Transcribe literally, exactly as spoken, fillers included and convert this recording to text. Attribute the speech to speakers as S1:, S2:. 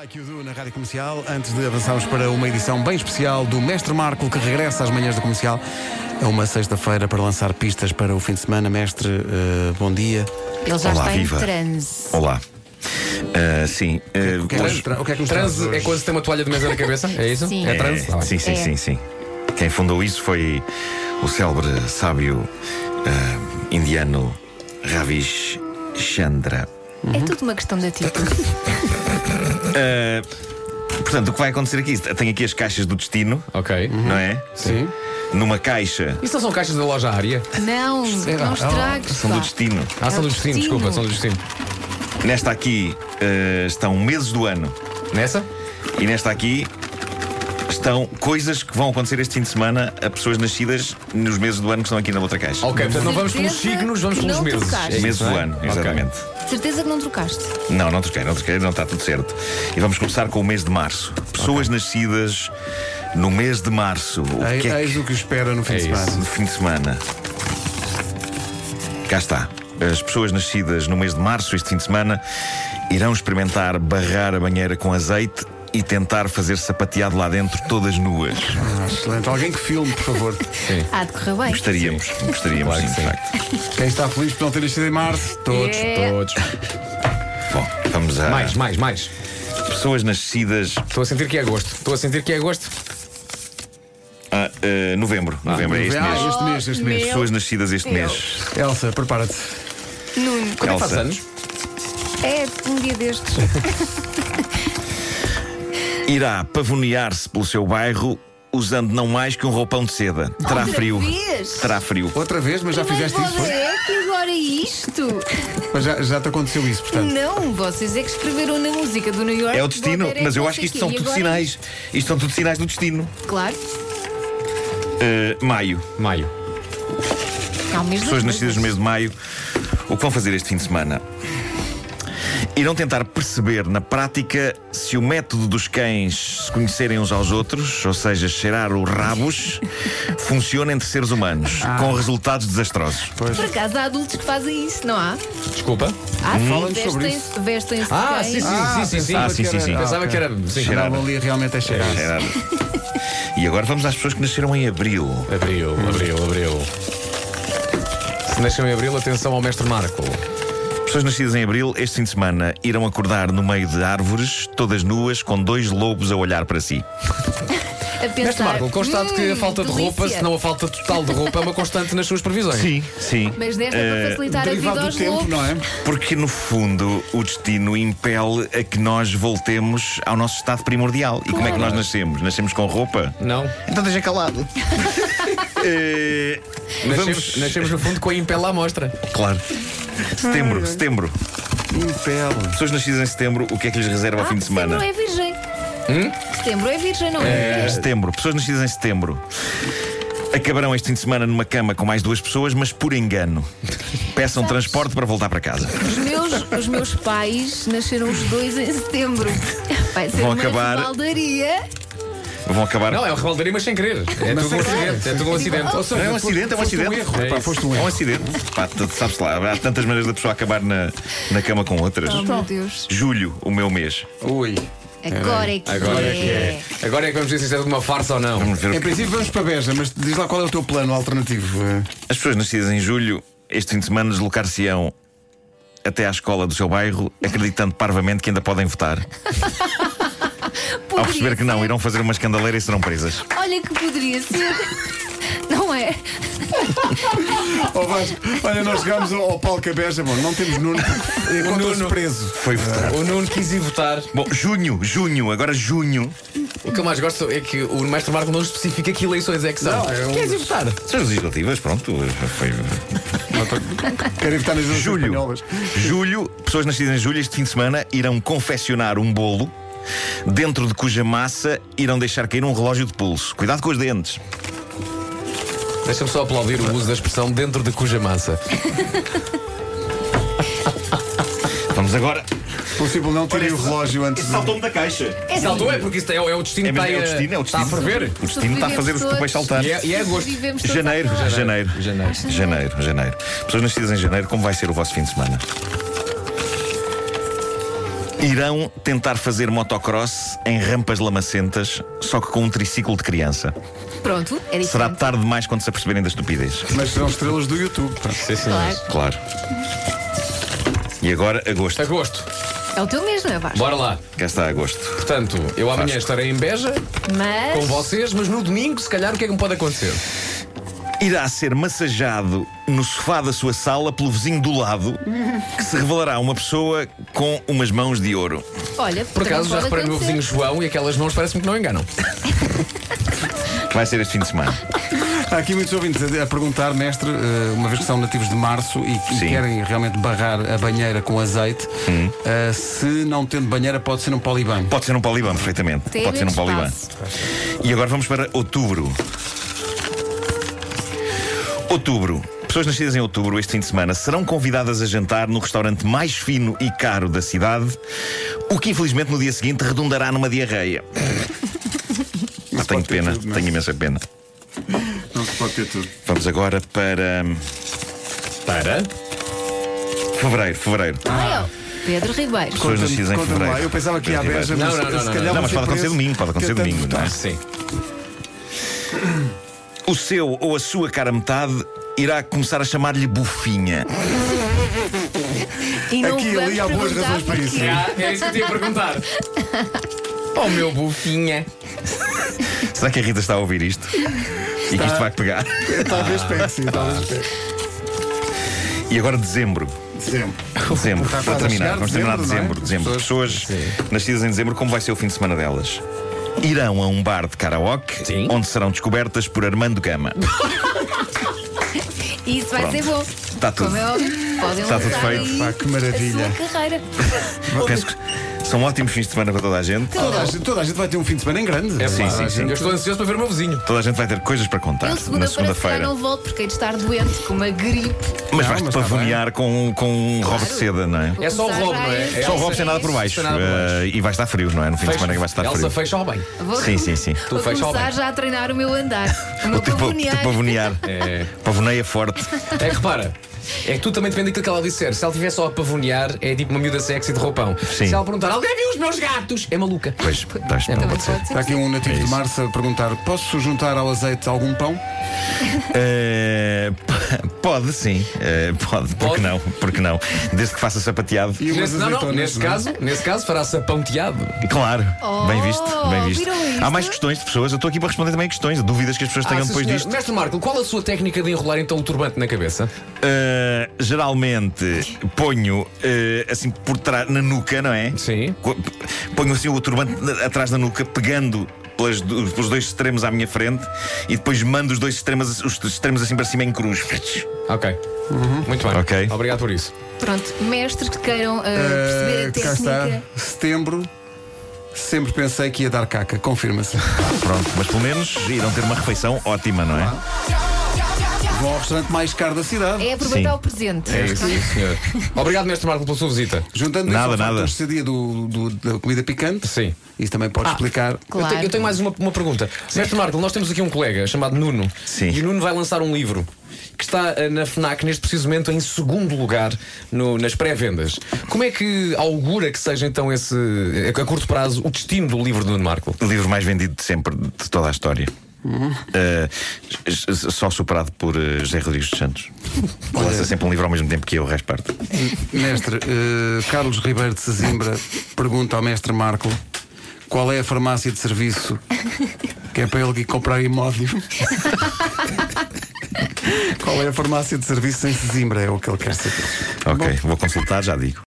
S1: Like You Do na Rádio Comercial. Antes de avançarmos para uma edição bem especial do Mestre Marco, que regressa às manhãs da Comercial, a uma sexta-feira para lançar pistas para o fim de semana. Mestre, uh, bom dia.
S2: Ele já
S3: Olá,
S2: está
S3: viva.
S2: em transe.
S3: Olá. Uh, sim. Uh,
S1: O que é que
S3: hoje-
S1: nos tra- o que é que nos traz
S4: Transe
S1: hoje?
S4: é quando se tem uma toalha de mesa na cabeça? É isso?
S2: Sim.
S4: É transe? Tá bem.
S3: sim, sim,
S2: É.
S3: sim, sim. Quem fundou isso foi o célebre sábio uh, indiano Ravi Chandra.
S2: É tudo uma questão de atitude.
S3: Uh, portanto, o que vai acontecer aqui? Tenho aqui as caixas do destino,
S4: Ok.
S3: não é?
S1: Sim.
S3: Numa caixa
S4: Isso não são caixas da loja Ária?
S2: Não, não estragues.
S3: são do
S2: pá.
S3: destino.
S4: Ah, são
S2: É
S4: do
S2: o
S4: destino,
S2: destino.
S4: desculpa, são do destino.
S3: Nesta aqui uh, estão meses do ano.
S4: Nessa?
S3: E nesta aqui estão coisas que vão acontecer este fim de semana a pessoas nascidas nos meses do ano que estão aqui na outra caixa.
S4: Ok, portanto não vamos pelos
S2: Certeza
S4: signos, vamos
S2: que
S4: pelos
S2: não
S4: meses.
S2: trocaste.
S4: É isso,
S3: Meses
S4: não
S3: do
S4: é?
S3: ano,
S4: Ok.
S3: exatamente.
S2: Certeza que não trocaste.
S3: Não, não troquei, não troquei, não está tudo certo. E vamos começar com o mês de março. Pessoas nascidas no mês de março. O
S1: Eis
S3: que é
S1: eis
S3: que...
S1: o que espera no fim
S4: É
S1: de
S4: isso.
S1: semana.
S3: No fim de semana. Cá está. As pessoas nascidas no mês de março, este fim de semana, irão experimentar barrar a banheira com azeite e tentar fazer sapateado lá dentro todas nuas.
S1: Ah, excelente. Alguém que filme, por favor.
S2: Há de correr bem.
S3: Gostaríamos, gostaríamos,
S4: Claro que
S3: sim, de
S4: sim.
S3: facto.
S1: Quem está feliz por não ter nascido em março? Todos.
S2: É.
S4: Todos.
S3: Bom, vamos a.
S4: Mais, mais, mais.
S3: Pessoas nascidas.
S4: Estou a sentir que é agosto. Estou a sentir que é agosto.
S3: Ah, eh, novembro. Novembro, é este
S1: Ah,
S3: mês.
S1: este mês, este mês.
S2: Meu
S3: Pessoas nascidas este
S2: Deus.
S3: mês.
S1: Elsa, prepara-te.
S2: Nuno.
S4: Quando é que faz
S3: Elsa.
S4: anos?
S2: É um dia destes.
S3: Irá pavonear-se pelo seu bairro usando não mais que um roupão de seda. Terá
S2: Outra
S3: frio.
S2: vez?
S3: Terá frio.
S1: Outra vez, mas já
S2: Primeiro
S1: fizeste isso? foi?
S2: é que agora é isto.
S1: Mas já, já te aconteceu isso, portanto.
S2: Não, vocês é que escreveram na música do New York.
S3: É o destino,
S2: Volver é
S3: mas eu
S2: não
S3: acho
S2: sei
S3: que isto
S2: quê.
S3: são
S2: E
S3: tudo
S2: agora
S3: sinais. Isto são tudo sinais do destino.
S2: Claro.
S3: Eh, maio.
S4: Maio.
S2: Há o mês das
S3: Pessoas nascidas no mês
S2: coisas.
S3: de maio, o que vão fazer este fim de semana? Irão tentar perceber na prática se o método dos cães se conhecerem uns aos outros, ou seja, cheirar os rabos, funciona entre seres humanos, com resultados desastrosos.
S1: Pois.
S2: Por acaso há adultos que fazem isso, não há?
S4: Desculpa.
S2: Ah, sim,
S1: Fala-nos sobre
S2: vestem-se vestem-se
S4: Ah,
S2: de
S4: sim, sim,
S2: cães.
S4: sim, sim, sim.
S1: pensava
S3: Ah, sim,
S1: que
S3: sim,
S1: era-
S3: sim.
S4: Pensava
S1: ok.
S4: que era. Sim,
S3: Cheirar.
S1: Estava ali realmente a cheirar.
S3: Cheirar. E agora vamos às pessoas que nasceram em abril.
S4: Abril, abril, abril. Se nasceu em abril, atenção ao mestre Marco.
S3: Pessoas nascidas em abril, este fim de semana, irão acordar no meio de árvores, todas nuas, com dois lobos a olhar para si.
S2: A pensar,
S4: Mestre Marco, constato que a
S2: "Hum,
S4: falta de roupa,
S2: delícia."
S4: se não a falta total de roupa, é uma constante nas suas previsões.
S3: Sim, sim.
S2: Mas desta é para
S3: Eh,
S2: facilitar a vida
S1: Derivado do
S2: aos
S1: tempo,
S2: lobos.
S1: não é?
S3: Porque no fundo o destino impele a que nós voltemos ao nosso estado primordial. E como é que nós nascemos? Nascemos com roupa?
S4: Não?
S3: Então deixa calado. Eh,
S4: Nascemos,
S3: vamos.
S4: nascemos no fundo com a impela à mostra.
S3: Claro. Setembro, setembro.
S1: Impele.
S3: Pessoas nascidas em setembro, o que é que lhes reserva ao
S2: Ah,
S3: fim de semana?
S2: setembro é virgem.
S4: Hum?
S2: Setembro é virgem, não é?
S3: Eh, Setembro. Pessoas nascidas em setembro acabarão este fim de semana numa cama com mais duas pessoas, mas por engano. Peçam transporte para voltar para casa.
S2: Os meus, os meus pais nasceram os dois em setembro. Vai ser
S3: Vão
S2: uma
S3: acabar-
S2: rebaldaria.
S3: Vão acabar.
S4: Não, é o rebaldaria, mas sem querer. É tudo um acidente. É tudo um acidente.
S1: Ou seja,
S3: Não, é um
S1: foste-
S3: acidente, é um
S1: foste
S3: acidente.
S1: erro.
S4: É
S1: Pá,
S4: isso.
S1: foste um
S3: É um
S1: erro.
S3: acidente. Pá, tu sabes lá, há tantas maneiras da pessoa acabar na, na cama com outras.
S2: Oh, meu Deus.
S3: Julho, o meu mês.
S1: Ui.
S2: Agora é que
S4: Agora é
S2: é.
S4: que é. Agora é que vamos dizer se isto é de uma farsa ou não.
S3: Vamos ver o
S1: Em
S3: que...
S1: princípio vamos para Beja, mas diz lá qual é o teu plano alternativo. eh.
S3: As pessoas nascidas em julho, este fim de semana, deslocar-se-ão até à escola do seu bairro, acreditando parvamente que ainda podem votar. Ao
S2: Poderia
S3: perceber que não,
S2: ser.
S3: irão fazer uma escandaleira e serão presas.
S2: Olha que poderia ser. Não é?
S1: Oh, Vasco, olha, nós chegámos ao, ao palco a Beja, bom, não temos Nuno, porque encontrou-se
S4: Nuno.
S1: preso.
S3: Foi votar.
S4: O Nuno quis ir votar.
S3: Bom, junho, junho, agora junho.
S4: O que eu mais gosto é que o mestre Marco não especifica que eleições é que são.
S1: Não, é um-
S4: Queres ir votar?
S3: São legislativas, pronto. Foi.
S1: Querem votar nas eleições
S3: Julho.
S1: espanholas.
S3: Julho, pessoas nascidas em julho, este fim de semana, irão confeccionar um bolo, dentro de cuja massa irão deixar cair um relógio de pulso. Cuidado com os dentes.
S4: Deixa-me só aplaudir o uso da expressão dentro de cuja massa.
S3: Vamos agora.
S1: Se possível, não tirem o relógio antes de...
S3: Saltou-me da caixa.
S2: É
S4: Saltou
S2: assim,
S4: é porque isto é, é o destino
S3: É,
S4: que está,
S3: mesmo, é o
S4: a-
S3: destino, é o
S4: está a
S3: destino.
S4: ferver.
S3: O destino está a fazer o peixe saltar.
S4: E é, e é agosto.
S2: Vivemos todos
S3: Janeiro,
S2: à toa.
S3: janeiro,
S4: Janeiro.
S3: janeiro, janeiro. Pessoas nascidas em janeiro, como vai ser o vosso fim de semana? irão tentar fazer motocross em rampas lamacentas, só que com um triciclo de criança.
S2: Pronto, é diferente.
S3: Será tarde demais quando se aperceberem da estupidez.
S1: Mas serão estrelas do YouTube. pá.
S4: Sim, sim.
S2: Claro.
S3: Claro. E agora, agosto.
S4: Agosto.
S2: É o teu mês, não é, Vasco?
S4: Bora lá.
S3: Cá está agosto.
S4: Portanto, eu amanhã
S3: Vasco.
S4: estarei em Beja
S2: Mas.
S4: com vocês, mas no domingo, se calhar, o que é que me pode acontecer?
S3: Irá ser massageado no sofá da sua sala pelo vizinho do lado, que se revelará uma pessoa com umas mãos de ouro.
S2: Olha,
S4: Por
S2: também
S4: acaso já
S2: pode
S4: reparei no meu
S2: acontecer.
S4: vizinho João e aquelas mãos parece-me que não enganam.
S3: Vai ser este fim de semana.
S1: Há aqui muitos ouvintes a, a perguntar, mestre, eh, uma vez que são nativos de março e, e
S3: Sim.
S1: querem realmente barrar a banheira com azeite, eh, se não tendo banheira pode ser um poliban.
S3: Pode ser um poliban, perfeitamente.
S2: Tem
S3: Pode ser um
S2: menos
S3: poliban.
S2: espaço.
S3: E agora vamos para outubro. Outubro. Pessoas nascidas em outubro, este fim de semana, serão convidadas a jantar no restaurante mais fino e caro da cidade, o que infelizmente no dia seguinte redundará numa diarreia. Ah, tenho
S1: pode ter
S3: pena,
S1: tudo, não é?
S3: tenho imensa pena.
S1: Não se pode ter tudo.
S3: Vamos agora para hum,
S4: Para?
S3: fevereiro, fevereiro.
S2: Ai, ó, Pedro Ribeiro.
S3: Pessoas nascidas em
S1: Conta-me lá.
S3: fevereiro.
S1: Eu pensava que ia à
S3: Pedro
S1: Beja,
S3: Ribeiro.
S1: mas
S4: Não, não, não,
S1: se
S4: não,
S1: calhar
S4: não.
S3: Não,
S1: vou
S3: mas
S1: ser
S3: pode acontecer
S1: preso,
S3: domingo, pode acontecer
S1: que é tanto
S3: domingo, não é?
S1: votar.
S4: Sim.
S3: O seu ou a sua cara metade irá começar a chamar-lhe bufinha.
S2: E não
S1: Aqui e ali
S2: vamos
S1: há boas
S2: perguntar
S1: razões para isso.
S2: porquê.
S4: Ah, é isso que eu tinha a perguntar. Oh, meu bufinha.
S3: Será que a Rita está a ouvir isto? E que isto vai pegar?
S1: Talvez pegue, sim, talvez pegue.
S3: E agora dezembro.
S1: Sempre.
S3: Dezembro,
S1: Está
S3: para
S1: quase a
S3: terminar.
S1: chegar
S3: Vamos terminar
S1: dezembro, não é?
S3: dezembro. Dezembro.
S1: As
S3: Pessoas nascidas em dezembro, como vai ser o fim de semana delas? Irão a um bar de karaoke,
S4: Sim.
S3: onde serão descobertas por Armando Gama.
S2: Isso vai
S3: Pronto.
S2: ser bom.
S3: Está tudo.
S2: Como é óbvio, podem
S3: Está tudo
S2: lançar
S3: feito.
S2: aí
S1: Pá, que maravilha.
S2: a sua carreira.
S3: Penso que são ótimos fins de semana para toda a gente.
S1: Toda a, gente, toda a gente vai ter um fim de semana em grande.
S4: É
S3: Sim,
S4: pá,
S3: sim, sim.
S4: Eu estou ansioso para ver o meu vizinho.
S3: Toda a gente vai ter coisas para contar
S2: Eu
S3: na
S2: segunda para se
S3: segunda-feira.
S2: não volto porque hei de estar doente com uma gripe.
S3: Mas
S1: Não,
S3: vais-te
S1: mas está
S3: pavonear com, com um robo de seda, não é?
S2: Vou
S4: É só o
S2: começar
S4: roubo,
S2: já
S4: não é?
S2: a-
S4: É
S3: Só o robo sem nada por baixo.
S4: Sem nada por baixo.
S3: Eh, e vai estar frio, não é? No fim de semana que vai estar
S4: Elsa,
S3: frio.
S4: fecha ao bem.
S2: Vou,
S3: Sim, sim, sim.
S4: Tu
S2: vou
S4: fecha ao
S2: começar
S4: bem.
S2: já a treinar o meu andar. O meu
S3: O teu
S2: pavonear.
S3: pavonear.
S4: É.
S3: Pavoneia forte.
S4: É que repara, é que tu também depende daquilo que ela disser. Se ela estiver só a pavonear, é tipo uma miúda sexy de roupão.
S3: Sim.
S4: Se ela perguntar, alguém viu os meus gatos? É maluca.
S3: Pois, pois, não
S2: Também
S3: pode ser.
S2: pode ser.
S1: Está aqui um nativo
S3: É
S1: de
S3: isso.
S1: março a perguntar: posso juntar ao azeite algum pão?
S3: Eh, p- pode, sim. Eh, pode, porque
S4: Pode?
S3: não? Porque não? Desde que faça sapateado.
S1: E umas
S4: Nesse, não, não,
S1: azeitonas,
S4: nesse
S1: não é?
S4: caso, nesse caso fará sapão-teado.
S3: Claro,
S2: Oh,
S3: bem visto, bem visto.
S2: viram isto?
S3: Há mais questões de pessoas. Eu estou aqui para responder também a questões, dúvidas que as pessoas tenham
S4: sim,
S3: depois
S4: senhor.
S3: disto.
S4: Mestre Marco, qual a sua técnica de enrolar então o turbante na cabeça?
S3: Uh, geralmente ponho uh, assim por trás, na nuca, não é?
S4: Sim.
S3: Co- Ponho assim o turbante na- atrás da nuca, pegando pelas do- pelos dois extremos à minha frente e depois mando os dois extremos, os extremos assim para cima em cruz.
S4: Ok. Muito bem.
S3: Ok.
S4: Obrigado por isso.
S2: Pronto, mestres que queiram uh, perceber
S1: Eh,
S2: a
S1: cá está,
S2: técnica.
S1: setembro. Sempre pensei que ia dar caca, confirma-se.
S3: Pronto, mas pelo menos irão ter uma refeição ótima, não é?
S1: Vão ao restaurante mais caro da cidade.
S2: É aproveitar
S3: Sim.
S2: o presente.
S3: É isso.
S4: Sim, senhor. Obrigado, Mestre Marco, pela sua visita.
S1: Juntando
S3: Nada,
S1: isso ao facto
S3: nada.
S1: de hoje ser dia do, do- da comida picante,
S4: Sim.
S1: isso também pode explicar.
S4: Eu
S2: Claro.
S4: tenho, eu tenho mais uma, uma pergunta. Mestre Marco, nós temos aqui um colega chamado Nuno.
S3: Sim.
S4: E o Nuno vai lançar um livro que está eh, na FNAC neste preciso momento em segundo lugar no- nas pré-vendas. Como é que augura que seja então esse, a, a curto prazo, o destino do livro do Nuno Marco?
S3: O livro mais vendido de sempre, de toda a história. Uh, s- s- só superado por uh, José Rodrigues dos Santos. Lança sempre um livro ao mesmo tempo que eu, o resto parte.
S1: Mestre, eh, Carlos Ribeiro de Sesimbra pergunta ao mestre Marco qual é a farmácia de serviço que é para ele ir comprar imóvel. Qual é a farmácia de serviço em Sesimbra? É o que ele quer saber.
S3: Ok, vou consultar, já digo.